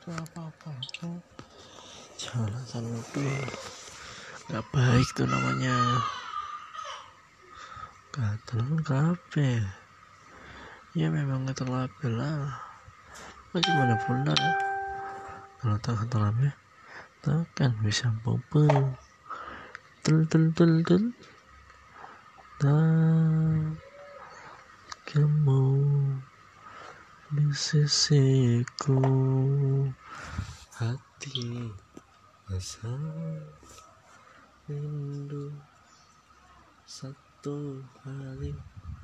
itu apa-apa tuh, jangan sampai nggak baik tuh namanya. Gatel kape ya, memang gatel kape lah, bagaimana pula kalau tak gatel kape takkan bisa bobo tul tak kamu di sisiku, hati rasa rindu satu kali